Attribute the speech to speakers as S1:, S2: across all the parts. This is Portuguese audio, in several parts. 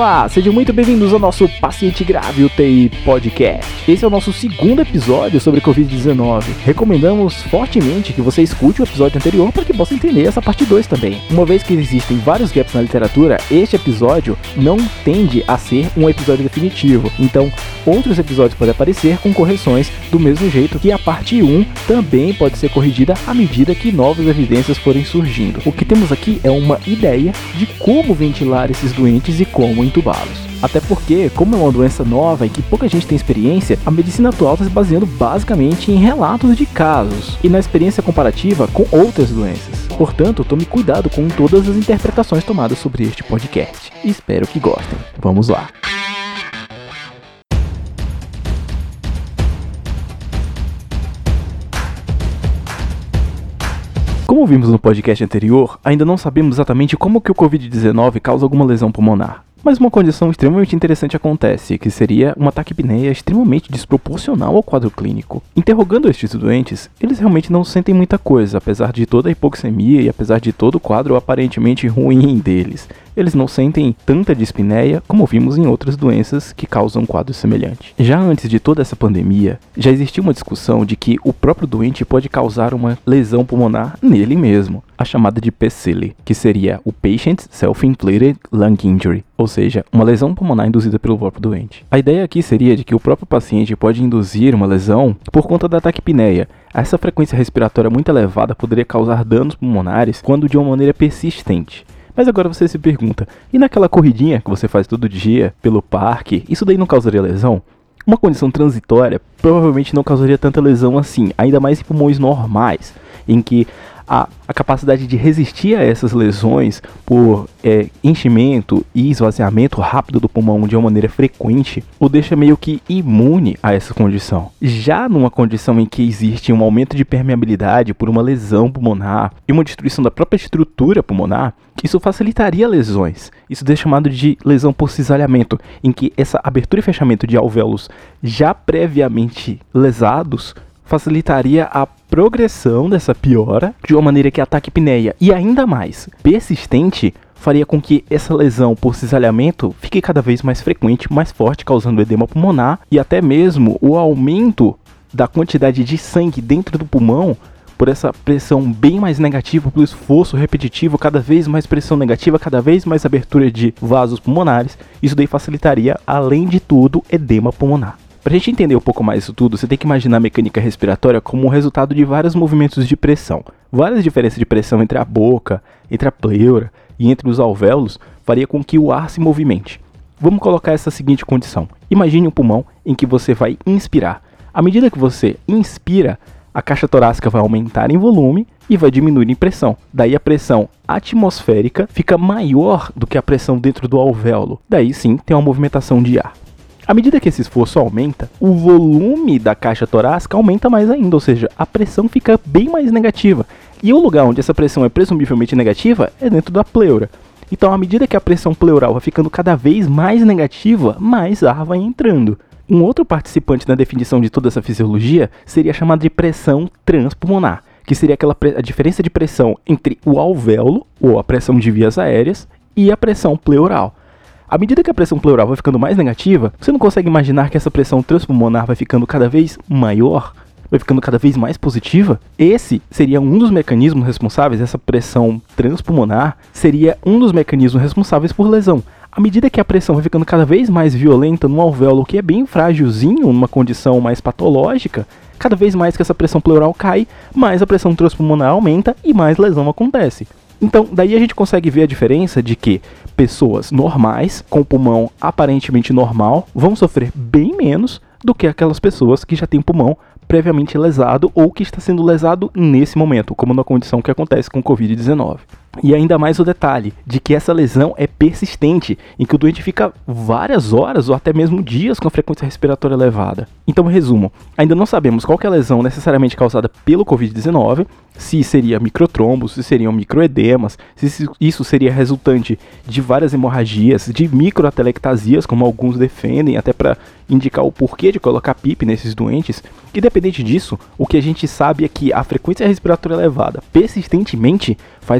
S1: Olá, sejam muito bem-vindos ao nosso Paciente Grave UTI Podcast. Esse é o nosso segundo episódio sobre Covid-19. Recomendamos fortemente que você escute o episódio anterior para que possa entender essa parte 2 também. Uma vez que existem vários gaps na literatura, este episódio não tende a ser um episódio definitivo. Então, outros episódios podem aparecer com correções do mesmo jeito que a parte 1 também pode ser corrigida à medida que novas evidências forem surgindo. O que temos aqui é uma ideia de como ventilar esses doentes e como entubá-los. Até porque, como é uma doença nova e que pouca gente tem experiência, a medicina atual está se baseando basicamente em relatos de casos e na experiência comparativa com outras doenças. Portanto, tome cuidado com todas as interpretações tomadas sobre este podcast. Espero que gostem. Vamos lá! Como vimos no podcast anterior, ainda não sabemos exatamente como que o Covid-19 causa alguma lesão pulmonar. Mas uma condição extremamente interessante acontece, que seria uma taquipneia extremamente desproporcional ao quadro clínico. Interrogando estes doentes, eles realmente não sentem muita coisa, apesar de toda a hipoxemia e apesar de todo o quadro aparentemente ruim deles. Eles não sentem tanta dispneia como vimos em outras doenças que causam um quadro semelhante. Já antes de toda essa pandemia, já existia uma discussão de que o próprio doente pode causar uma lesão pulmonar nele mesmo, a chamada de PSILI, que seria o Patient Self-Inflicted Lung Injury, ou seja, uma lesão pulmonar induzida pelo próprio doente. A ideia aqui seria de que o próprio paciente pode induzir uma lesão por conta da taquipneia. Essa frequência respiratória muito elevada poderia causar danos pulmonares quando de uma maneira persistente. Mas agora você se pergunta, e naquela corridinha que você faz todo dia pelo parque, isso daí não causaria lesão? Uma condição transitória provavelmente não causaria tanta lesão assim, ainda mais em pulmões normais, em que a capacidade de resistir a essas lesões por enchimento e esvaziamento rápido do pulmão de uma maneira frequente o deixa meio que imune a essa condição. Já numa condição em que existe um aumento de permeabilidade por uma lesão pulmonar e uma destruição da própria estrutura pulmonar, isso facilitaria lesões. Isso é chamado de lesão por cisalhamento, em que essa abertura e fechamento de alvéolos já previamente lesados facilitaria a progressão dessa piora de uma maneira que a taquipneia e ainda mais persistente faria com que essa lesão por cisalhamento fique cada vez mais frequente, mais forte, causando edema pulmonar e até mesmo o aumento da quantidade de sangue dentro do pulmão por essa pressão bem mais negativa, pelo esforço repetitivo, cada vez mais pressão negativa, cada vez mais abertura de vasos pulmonares. Isso daí facilitaria, além de tudo, edema pulmonar. Para a gente entender um pouco mais isso tudo, você tem que imaginar a mecânica respiratória como o resultado de vários movimentos de pressão. Várias diferenças de pressão entre a boca, entre a pleura e entre os alvéolos faria com que o ar se movimente. Vamos colocar essa seguinte condição. Imagine um pulmão em que você vai inspirar. À medida que você inspira, a caixa torácica vai aumentar em volume e vai diminuir em pressão. Daí a pressão atmosférica fica maior do que a pressão dentro do alvéolo. Daí sim tem uma movimentação de ar. À medida que esse esforço aumenta, o volume da caixa torácica aumenta mais ainda, ou seja, a pressão fica bem mais negativa. E o lugar onde essa pressão é presumivelmente negativa é dentro da pleura. Então, à medida que a pressão pleural vai ficando cada vez mais negativa, mais ar vai entrando. Um outro participante na definição de toda essa fisiologia seria chamado de pressão transpulmonar, que seria a diferença de pressão entre o alvéolo, ou a pressão de vias aéreas, e a pressão pleural. À medida que a pressão pleural vai ficando mais negativa, você não consegue imaginar que essa pressão transpulmonar vai ficando cada vez maior? Vai ficando cada vez mais positiva? Esse seria um dos mecanismos responsáveis, essa pressão transpulmonar seria um dos mecanismos responsáveis por lesão. À medida que a pressão vai ficando cada vez mais violenta num alvéolo que é bem frágilzinho, numa condição mais patológica, cada vez mais que essa pressão pleural cai, mais a pressão transpulmonar aumenta e mais lesão acontece. Então, daí a gente consegue ver a diferença de que pessoas normais, com pulmão aparentemente normal, vão sofrer bem menos do que aquelas pessoas que já têm pulmão previamente lesado ou que está sendo lesado nesse momento, como na condição que acontece com o Covid-19. E ainda mais o detalhe de que essa lesão é persistente, em que o doente fica várias horas ou até mesmo dias com a frequência respiratória elevada. Então, resumo, ainda não sabemos qual que é a lesão necessariamente causada pelo Covid-19, se seria microtrombos, se seriam microedemas, se isso seria resultante de várias hemorragias, de microatelectasias, como alguns defendem, até para indicar o porquê de colocar PIP nesses doentes. Independente disso, o que a gente sabe é que a frequência respiratória elevada persistentemente faz com que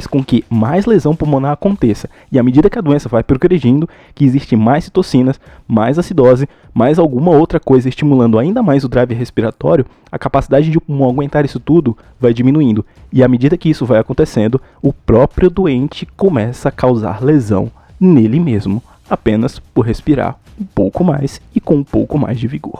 S1: mais lesão pulmonar aconteça. E à medida que a doença vai progredindo, que existe mais citocinas, mais acidose, mais alguma outra coisa estimulando ainda mais o drive respiratório, a capacidade de o pulmão aguentar isso tudo vai diminuindo. E à medida que isso vai acontecendo, o próprio doente começa a causar lesão nele mesmo, apenas por respirar um pouco mais e com um pouco mais de vigor.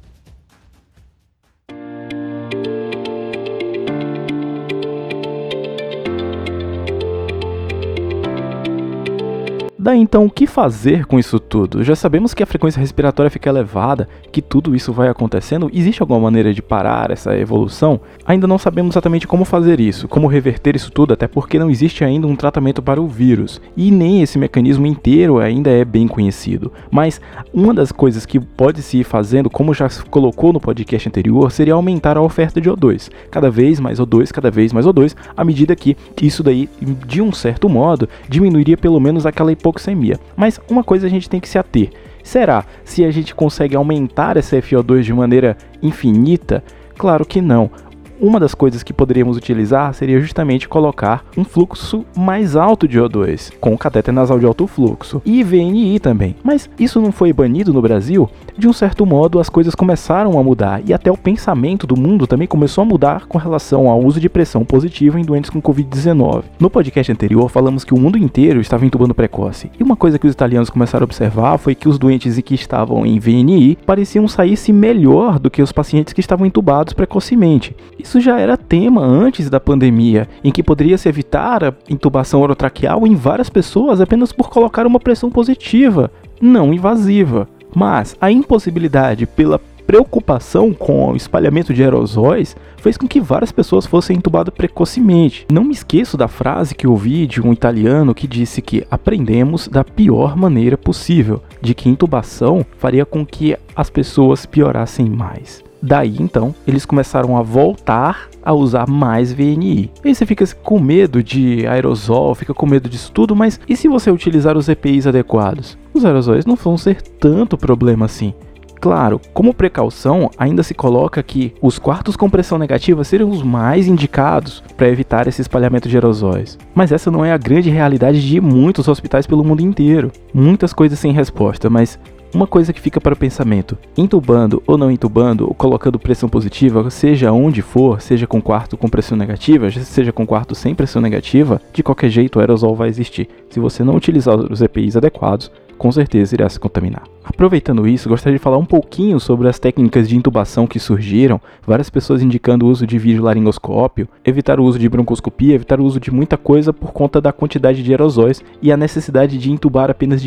S1: Daí então, o que fazer com isso tudo? Já sabemos que a frequência respiratória fica elevada, que tudo isso vai acontecendo. Existe alguma maneira de parar essa evolução? Ainda não sabemos exatamente como fazer isso, como reverter isso tudo, até porque não existe ainda um tratamento para o vírus. E nem esse mecanismo inteiro ainda é bem conhecido. Mas uma das coisas que pode se ir fazendo, como já se colocou no podcast anterior, seria aumentar a oferta de O2. Cada vez mais O2, cada vez mais O2, à medida que isso daí, de um certo modo, diminuiria pelo menos aquela hipoxemia. Mas uma coisa a gente tem que se ater. Será se a gente consegue aumentar essa FO2 de maneira infinita? Claro que não. Uma das coisas que poderíamos utilizar seria justamente colocar um fluxo mais alto de O2, com catéter nasal de alto fluxo, e VNI também. Mas isso não foi banido no Brasil? De um certo modo, as coisas começaram a mudar, e até o pensamento do mundo também começou a mudar com relação ao uso de pressão positiva em doentes com Covid-19. No podcast anterior, falamos que o mundo inteiro estava entubando precoce, e uma coisa que os italianos começaram a observar foi que os doentes que estavam em VNI pareciam sair-se melhor do que os pacientes que estavam entubados precocemente. Isso já era tema antes da pandemia, em que poderia-se evitar a intubação orotraqueal em várias pessoas apenas por colocar uma pressão positiva, não invasiva. Mas a impossibilidade pela preocupação com o espalhamento de aerosóis fez com que várias pessoas fossem entubadas precocemente. Não me esqueço da frase que ouvi de um italiano que disse que aprendemos da pior maneira possível, de que intubação faria com que as pessoas piorassem mais. Daí, então, eles começaram a voltar a usar mais VNI. E aí você fica com medo de aerosol, fica com medo disso tudo, mas e se você utilizar os EPIs adequados? Os aerosóis não vão ser tanto problema assim. Claro, como precaução, ainda se coloca que os quartos com pressão negativa seriam os mais indicados para evitar esse espalhamento de aerosóis. Mas essa não é a grande realidade de muitos hospitais pelo mundo inteiro. Muitas coisas sem resposta, mas uma coisa que fica para o pensamento: intubando ou não intubando, ou colocando pressão positiva, seja onde for, seja com quarto com pressão negativa, seja com quarto sem pressão negativa, de qualquer jeito o aerosol vai existir. Se você não utilizar os EPIs adequados, com certeza irá se contaminar. Aproveitando isso, gostaria de falar um pouquinho sobre as técnicas de intubação que surgiram, várias pessoas indicando o uso de videolaringoscópio, evitar o uso de broncoscopia, evitar o uso de muita coisa por conta da quantidade de aerosóis e a necessidade de intubar apenas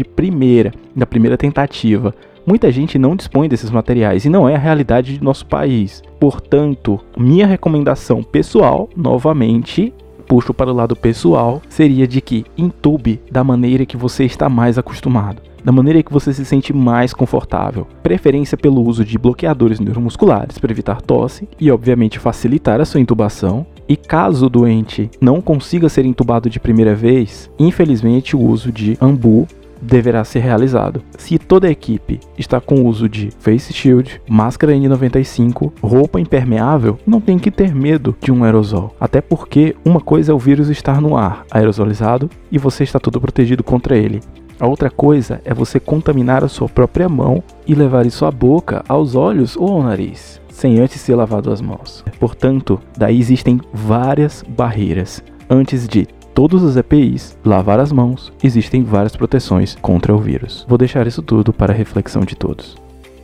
S1: na primeira tentativa. Muita gente não dispõe desses materiais e não é a realidade de nosso país. Portanto, minha recomendação pessoal, novamente, puxo para o lado pessoal, seria de que intube da maneira que você está mais acostumado, da maneira que você se sente mais confortável. Preferência pelo uso de bloqueadores neuromusculares para evitar tosse e, obviamente, facilitar a sua intubação. E caso o doente não consiga ser intubado de primeira vez, infelizmente o uso de AMBU deverá ser realizado. Se toda a equipe está com o uso de face shield, máscara N95, roupa impermeável, não tem que ter medo de um aerosol. Até porque uma coisa é o vírus estar no ar, aerosolizado, e você está todo protegido contra ele. A outra coisa é você contaminar a sua própria mão e levar isso à boca, aos olhos ou ao nariz, sem antes ter lavado as mãos. Portanto, daí existem várias barreiras. Antes de todos os EPIs, lavar as mãos, existem várias proteções contra o vírus. Vou deixar isso tudo para a reflexão de todos.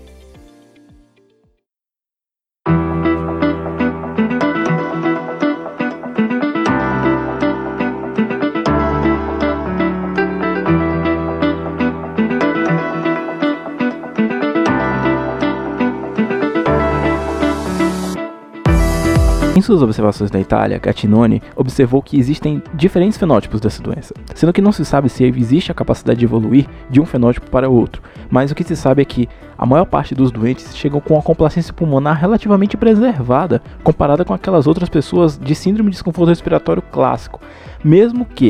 S1: Em suas observações na Itália, Gattinoni observou que existem diferentes fenótipos dessa doença, sendo que não se sabe se existe a capacidade de evoluir de um fenótipo para outro, mas o que se sabe é que a maior parte dos doentes chegam com a complacência pulmonar relativamente preservada, comparada com aquelas outras pessoas de síndrome de desconforto respiratório clássico, mesmo que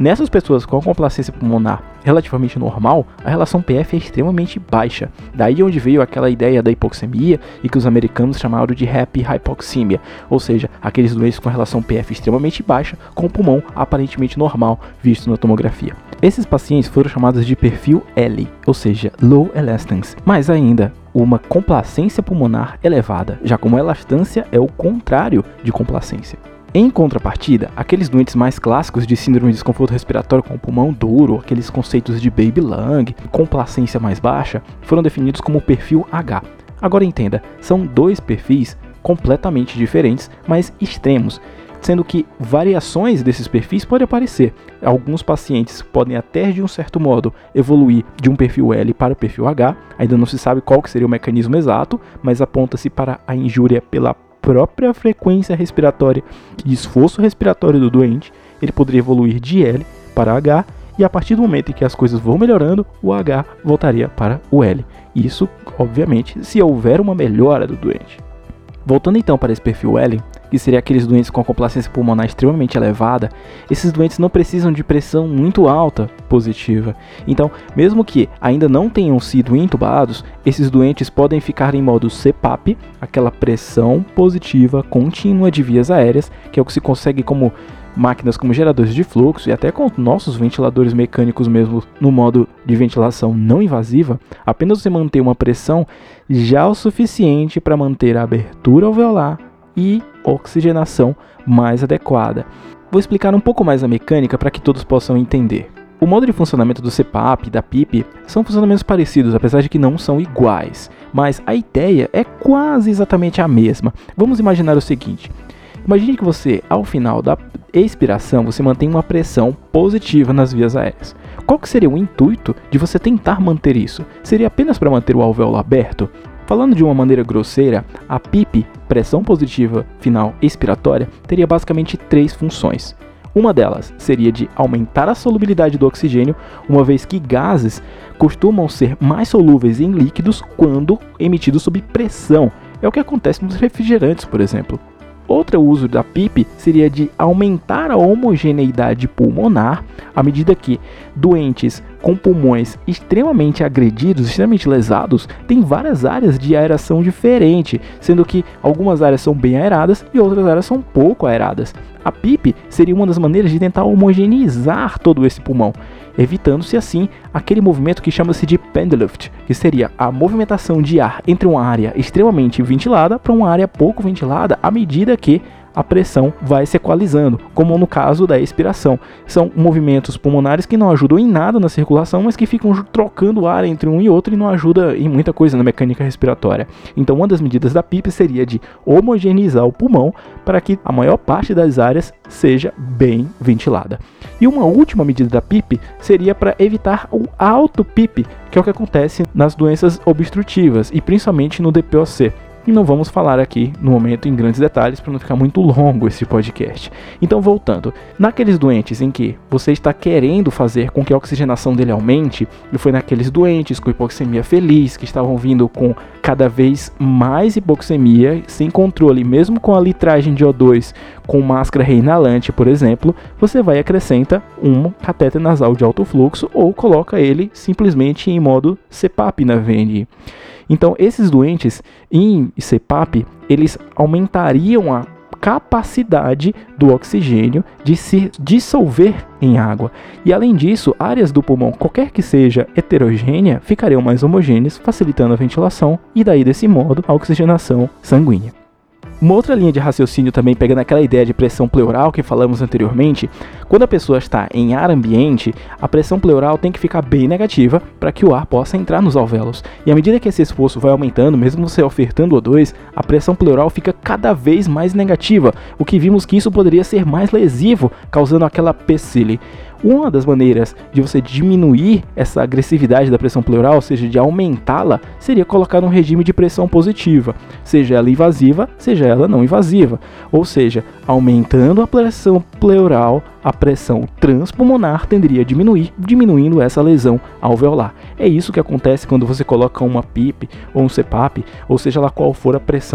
S1: Nessas pessoas com a complacência pulmonar relativamente normal, a relação PF é extremamente baixa. Daí onde veio aquela ideia da hipoxemia e que os americanos chamaram de happy hypoxemia, ou seja, aqueles doentes com relação PF extremamente baixa com o pulmão aparentemente normal visto na tomografia. Esses pacientes foram chamados de perfil L, ou seja, low elastance, mas ainda uma complacência pulmonar elevada, já como a elastância é o contrário de complacência. Em contrapartida, aqueles doentes mais clássicos de síndrome de desconforto respiratório com o pulmão duro, aqueles conceitos de baby lung, complacência mais baixa, foram definidos como perfil H. Agora entenda, são dois perfis completamente diferentes, mas extremos, sendo que variações desses perfis podem aparecer. Alguns pacientes podem até, de um certo modo, evoluir de um perfil L para o perfil H, ainda não se sabe qual que seria o mecanismo exato, mas aponta-se para a injúria pela própria frequência respiratória e esforço respiratório do doente. Ele poderia evoluir de L para H, e a partir do momento em que as coisas vão melhorando, o H voltaria para o L. Isso, obviamente, se houver uma melhora do doente. Voltando então para esse perfil L, que seria aqueles doentes com a complacência pulmonar extremamente elevada, esses doentes não precisam de pressão muito alta positiva. Então, mesmo que ainda não tenham sido intubados, esses doentes podem ficar em modo CPAP, aquela pressão positiva contínua de vias aéreas, que é o que se consegue como máquinas como geradores de fluxo e até com nossos ventiladores mecânicos mesmo no modo de ventilação não invasiva. Apenas você manter uma pressão já o suficiente para manter a abertura alveolar e oxigenação mais adequada. Vou explicar um pouco mais a mecânica para que todos possam entender. O modo de funcionamento do CPAP e da PIP são funcionamentos parecidos, apesar de que não são iguais, mas a ideia é quase exatamente a mesma. Vamos imaginar o seguinte: imagine que você, ao final da expiração, você mantém uma pressão positiva nas vias aéreas. Qual que seria o intuito de você tentar manter isso? Seria apenas para manter o alvéolo aberto? Falando de uma maneira grosseira, a PIP, pressão positiva final expiratória, teria basicamente três funções. Uma delas seria de aumentar a solubilidade do oxigênio, uma vez que gases costumam ser mais solúveis em líquidos quando emitidos sob pressão. É o que acontece nos refrigerantes, por exemplo. Outro uso da PIP seria de aumentar a homogeneidade pulmonar à medida que doentes com pulmões extremamente agredidos, extremamente lesados, têm várias áreas de aeração diferente, sendo que algumas áreas são bem aeradas e outras áreas são pouco aeradas. A PIP seria uma das maneiras de tentar homogeneizar todo esse pulmão, evitando-se assim aquele movimento que chama-se de Pendeluft, que seria a movimentação de ar entre uma área extremamente ventilada para uma área pouco ventilada à medida que a pressão vai se equalizando, como no caso da expiração. São movimentos pulmonares que não ajudam em nada na circulação, mas que ficam trocando ar entre um e outro e não ajuda em muita coisa na mecânica respiratória. Então, uma das medidas da PIP seria de homogeneizar o pulmão para que a maior parte das áreas seja bem ventilada. E uma última medida da PIP seria para evitar o alto PIP, que é o que acontece nas doenças obstrutivas e principalmente no DPOC. E não vamos falar aqui no momento em grandes detalhes para não ficar muito longo esse podcast. Então, voltando, naqueles doentes em que você está querendo fazer com que a oxigenação dele aumente, e foi naqueles doentes com hipoxemia feliz, que estavam vindo com cada vez mais hipoxemia, sem controle, mesmo com a litragem de O2 com máscara reinalante, por exemplo, você vai acrescenta um catéter nasal de alto fluxo ou coloca ele simplesmente em modo CPAP na VNI. Então, esses doentes em CPAP, eles aumentariam a capacidade do oxigênio de se dissolver em água. E além disso, áreas do pulmão, qualquer que seja heterogênea, ficariam mais homogêneas, facilitando a ventilação e daí desse modo a oxigenação sanguínea. Uma outra linha de raciocínio também, pegando aquela ideia de pressão pleural que falamos anteriormente, quando a pessoa está em ar ambiente, a pressão pleural tem que ficar bem negativa para que o ar possa entrar nos alvéolos. E à medida que esse esforço vai aumentando, mesmo você ofertando O2, a pressão pleural fica cada vez mais negativa, o que vimos que isso poderia ser mais lesivo, causando aquela PCILI. Uma das maneiras de você diminuir essa agressividade da pressão pleural, ou seja, de aumentá-la, seria colocar um regime de pressão positiva, seja ela invasiva, seja ela não invasiva. Ou seja, aumentando a pressão pleural, a pressão transpulmonar tenderia a diminuir, diminuindo essa lesão alveolar. É isso que acontece quando você coloca uma PIP ou um CPAP, ou seja lá qual for a pressão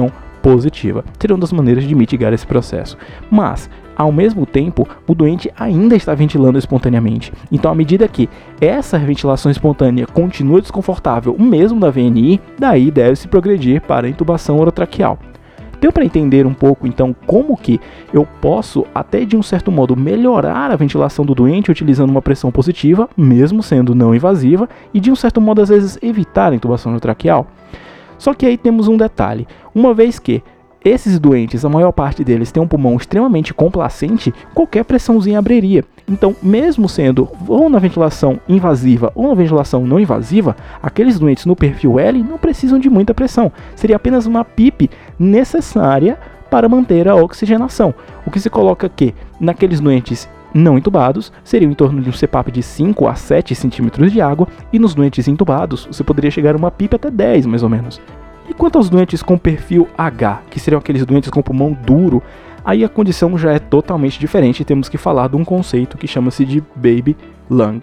S1: positiva. Seria uma das maneiras de mitigar esse processo. Mas, ao mesmo tempo, o doente ainda está ventilando espontaneamente. Então, à medida que essa ventilação espontânea continua desconfortável, mesmo da VNI, daí deve-se progredir para a intubação orotraqueal. Deu para entender um pouco, então, como que eu posso, até de um certo modo, melhorar a ventilação do doente utilizando uma pressão positiva, mesmo sendo não invasiva, e de um certo modo, às vezes, evitar a intubação orotraqueal? Só que aí temos um detalhe. Uma vez que esses doentes, a maior parte deles tem um pulmão extremamente complacente, qualquer pressãozinha abriria. Então, mesmo sendo ou na ventilação invasiva ou na ventilação não invasiva, aqueles doentes no perfil L não precisam de muita pressão. Seria apenas uma PIP necessária para manter a oxigenação. O que se coloca que naqueles doentes não intubados seria em torno de um CPAP de 5 a 7 centímetros de água, e nos doentes intubados você poderia chegar a uma PIP até 10 mais ou menos. E quanto aos doentes com perfil H, que seriam aqueles doentes com pulmão duro, aí a condição já é totalmente diferente e temos que falar de um conceito que chama-se de Baby Lung.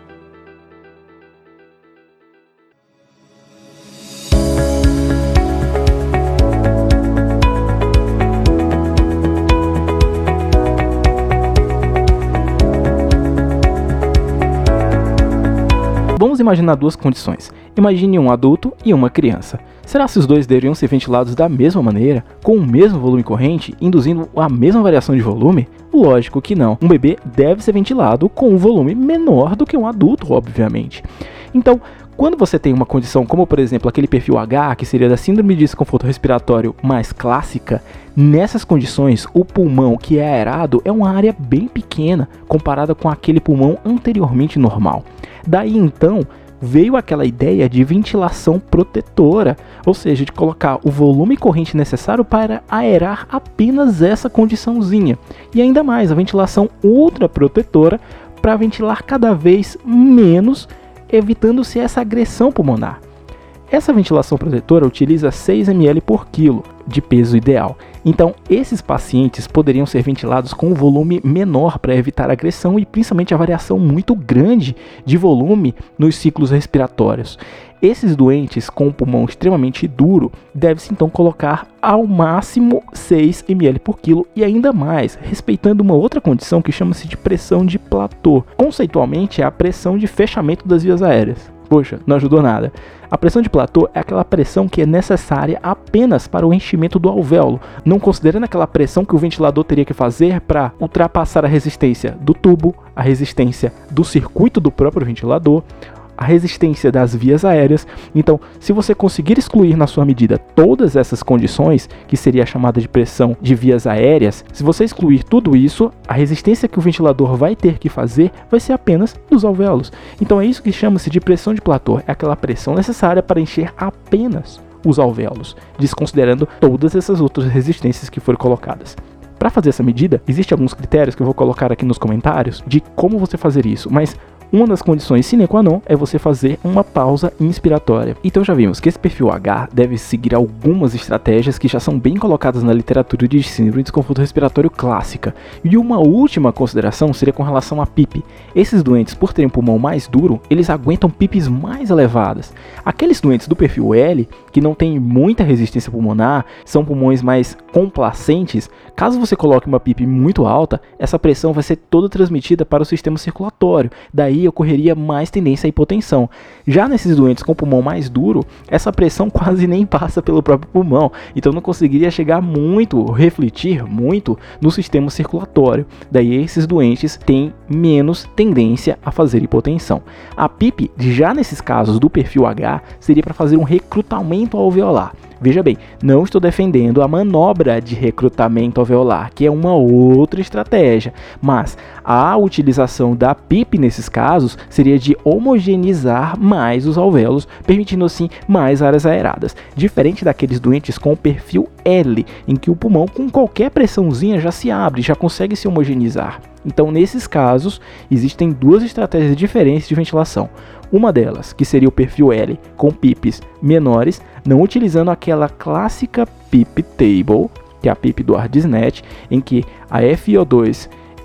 S1: Vamos imaginar duas condições. Imagine um adulto e uma criança. Será que os dois deveriam ser ventilados da mesma maneira, com o mesmo volume corrente, induzindo a mesma variação de volume? Lógico que não. Um bebê deve ser ventilado com um volume menor do que um adulto, obviamente. Então, quando você tem uma condição como, por exemplo, aquele perfil H, que seria da síndrome de desconforto respiratório mais clássica, nessas condições, o pulmão que é aerado é uma área bem pequena, comparada com aquele pulmão anteriormente normal. Daí, então, veio aquela ideia de ventilação protetora, ou seja, de colocar o volume corrente necessário para aerar apenas essa condiçãozinha. E ainda mais, a ventilação ultraprotetora para ventilar cada vez menos, evitando-se essa agressão pulmonar. Essa ventilação protetora utiliza 6 ml por quilo de peso ideal. Então, esses pacientes poderiam ser ventilados com um volume menor para evitar agressão e principalmente a variação muito grande de volume nos ciclos respiratórios. Esses doentes com um pulmão extremamente duro deve-se então colocar ao máximo 6 ml por quilo e ainda mais, respeitando uma outra condição que chama-se de pressão de platô. Conceitualmente é a pressão de fechamento das vias aéreas. Poxa, não ajudou nada. A pressão de platô é aquela pressão que é necessária apenas para o enchimento do alvéolo, não considerando aquela pressão que o ventilador teria que fazer para ultrapassar a resistência do tubo, a resistência do circuito do próprio ventilador, a resistência das vias aéreas. Então, se você conseguir excluir na sua medida todas essas condições, que seria a chamada de pressão de vias aéreas, se você excluir tudo isso, a resistência que o ventilador vai ter que fazer vai ser apenas dos alvéolos. Então é isso que chama-se de pressão de platô, é aquela pressão necessária para encher apenas os alvéolos, desconsiderando todas essas outras resistências que foram colocadas. Para fazer essa medida, existem alguns critérios que eu vou colocar aqui nos comentários de como você fazer isso, mas uma das condições sine qua non é você fazer uma pausa inspiratória. Então já vimos que esse perfil H deve seguir algumas estratégias que já são bem colocadas na literatura de síndrome de desconforto respiratório clássica. E uma última consideração seria com relação à PIP. Esses doentes, por terem um pulmão mais duro, eles aguentam PIPs mais elevadas. Aqueles doentes do perfil L, que não têm muita resistência pulmonar, são pulmões mais complacentes, caso você coloque uma PIP muito alta, essa pressão vai ser toda transmitida para o sistema circulatório. Daí ocorreria mais tendência à hipotensão. Já nesses doentes com pulmão mais duro, essa pressão quase nem passa pelo próprio pulmão, então não conseguiria chegar muito, refletir muito no sistema circulatório. Daí esses doentes têm menos tendência a fazer hipotensão. A PIP, já nesses casos do perfil H, seria para fazer um recrutamento alveolar. Veja bem, não estou defendendo a manobra de recrutamento alveolar, que é uma outra estratégia, mas a utilização da PIP nesses casos seria de homogeneizar mais os alvéolos, permitindo assim mais áreas aeradas, diferente daqueles doentes com o perfil L, em que o pulmão com qualquer pressãozinha já se abre, já consegue se homogeneizar. Então, nesses casos, existem duas estratégias diferentes de ventilação. Uma delas, que seria o perfil L, com PIPs menores, não utilizando aquela clássica PIP table, que é a PIP do ARDSNET, em que a FiO2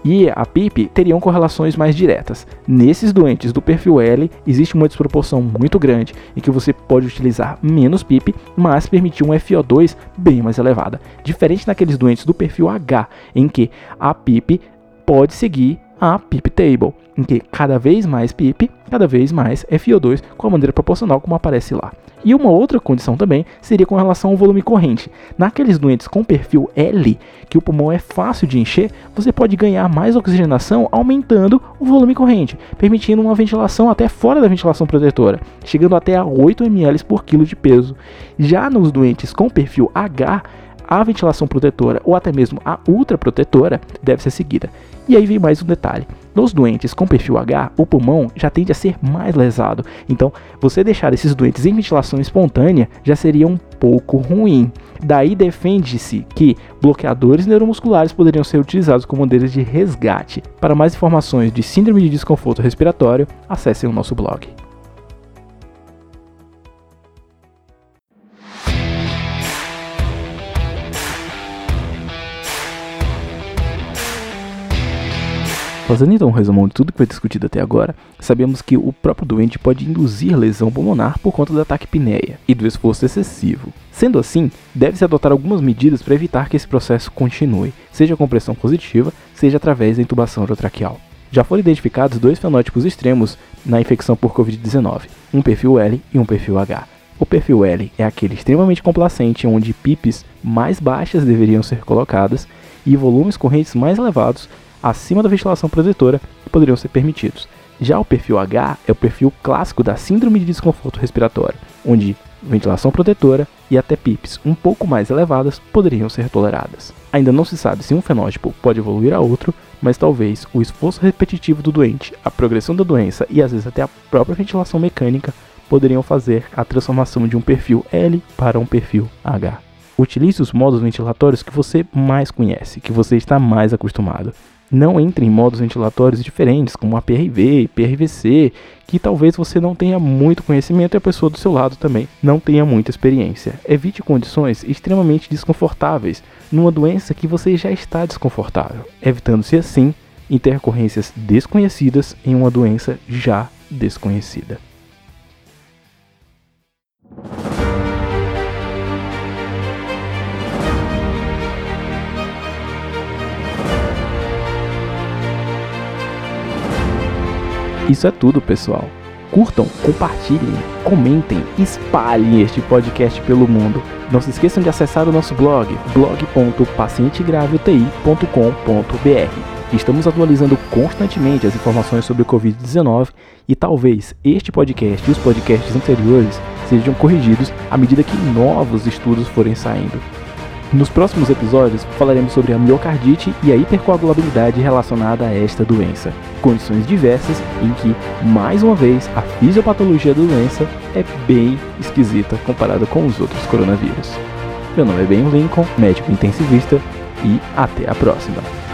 S1: e a PIP teriam correlações mais diretas. Nesses doentes do perfil L, existe uma desproporção muito grande em que você pode utilizar menos PIP, mas permitir um FiO2 bem mais elevada. Diferente daqueles doentes do perfil H, em que a PIP pode seguir a PIP Table, em que cada vez mais PIP, cada vez mais FiO2 com a maneira proporcional como aparece lá. E uma outra condição também seria com relação ao volume corrente. Naqueles doentes com perfil L, que o pulmão é fácil de encher, você pode ganhar mais oxigenação aumentando o volume corrente, permitindo uma ventilação até fora da ventilação protetora, chegando até a 8 ml por quilo de peso. Já nos doentes com perfil H, a ventilação protetora ou até mesmo a ultraprotetora deve ser seguida. E aí vem mais um detalhe. Nos doentes com perfil H, o pulmão já tende a ser mais lesado. Então, você deixar esses doentes em ventilação espontânea já seria um pouco ruim. Daí defende-se que bloqueadores neuromusculares poderiam ser utilizados como maneiras de resgate. Para mais informações de síndrome de desconforto respiratório, acessem o nosso blog. Fazendo então um resumão de tudo que foi discutido até agora, sabemos que o próprio doente pode induzir lesão pulmonar por conta da taquipneia e do esforço excessivo. Sendo assim, deve-se adotar algumas medidas para evitar que esse processo continue, seja com pressão positiva, seja através da intubação orotraqueal. Já foram identificados dois fenótipos extremos na infecção por Covid-19, um perfil L e um perfil H. O perfil L é aquele extremamente complacente, onde PIPs mais baixas deveriam ser colocadas e volumes correntes mais elevados acima da ventilação protetora poderiam ser permitidos. Já o perfil H é o perfil clássico da síndrome de desconforto respiratório, onde ventilação protetora e até PIPs um pouco mais elevadas poderiam ser toleradas. Ainda não se sabe se um fenótipo pode evoluir a outro, mas talvez o esforço repetitivo do doente, a progressão da doença e às vezes até a própria ventilação mecânica poderiam fazer a transformação de um perfil L para um perfil H. Utilize os modos ventilatórios que você mais conhece, que você está mais acostumado. Não entre em modos ventilatórios diferentes, como a PRV e PRVC, que talvez você não tenha muito conhecimento e a pessoa do seu lado também não tenha muita experiência. Evite condições extremamente desconfortáveis numa doença que você já está desconfortável, evitando-se assim intercorrências desconhecidas em uma doença já desconhecida. Isso é tudo, pessoal. Curtam, compartilhem, comentem, espalhem este podcast pelo mundo. Não se esqueçam de acessar o nosso blog, blog.pacientegraveuti.com.br. Estamos atualizando constantemente as informações sobre o Covid-19 e talvez este podcast e os podcasts anteriores sejam corrigidos à medida que novos estudos forem saindo. Nos próximos episódios falaremos sobre a miocardite e a hipercoagulabilidade relacionada a esta doença, condições diversas em que, mais uma vez, a fisiopatologia da doença é bem esquisita comparada com os outros coronavírus. Meu nome é Ben Lincoln, médico intensivista, e até a próxima!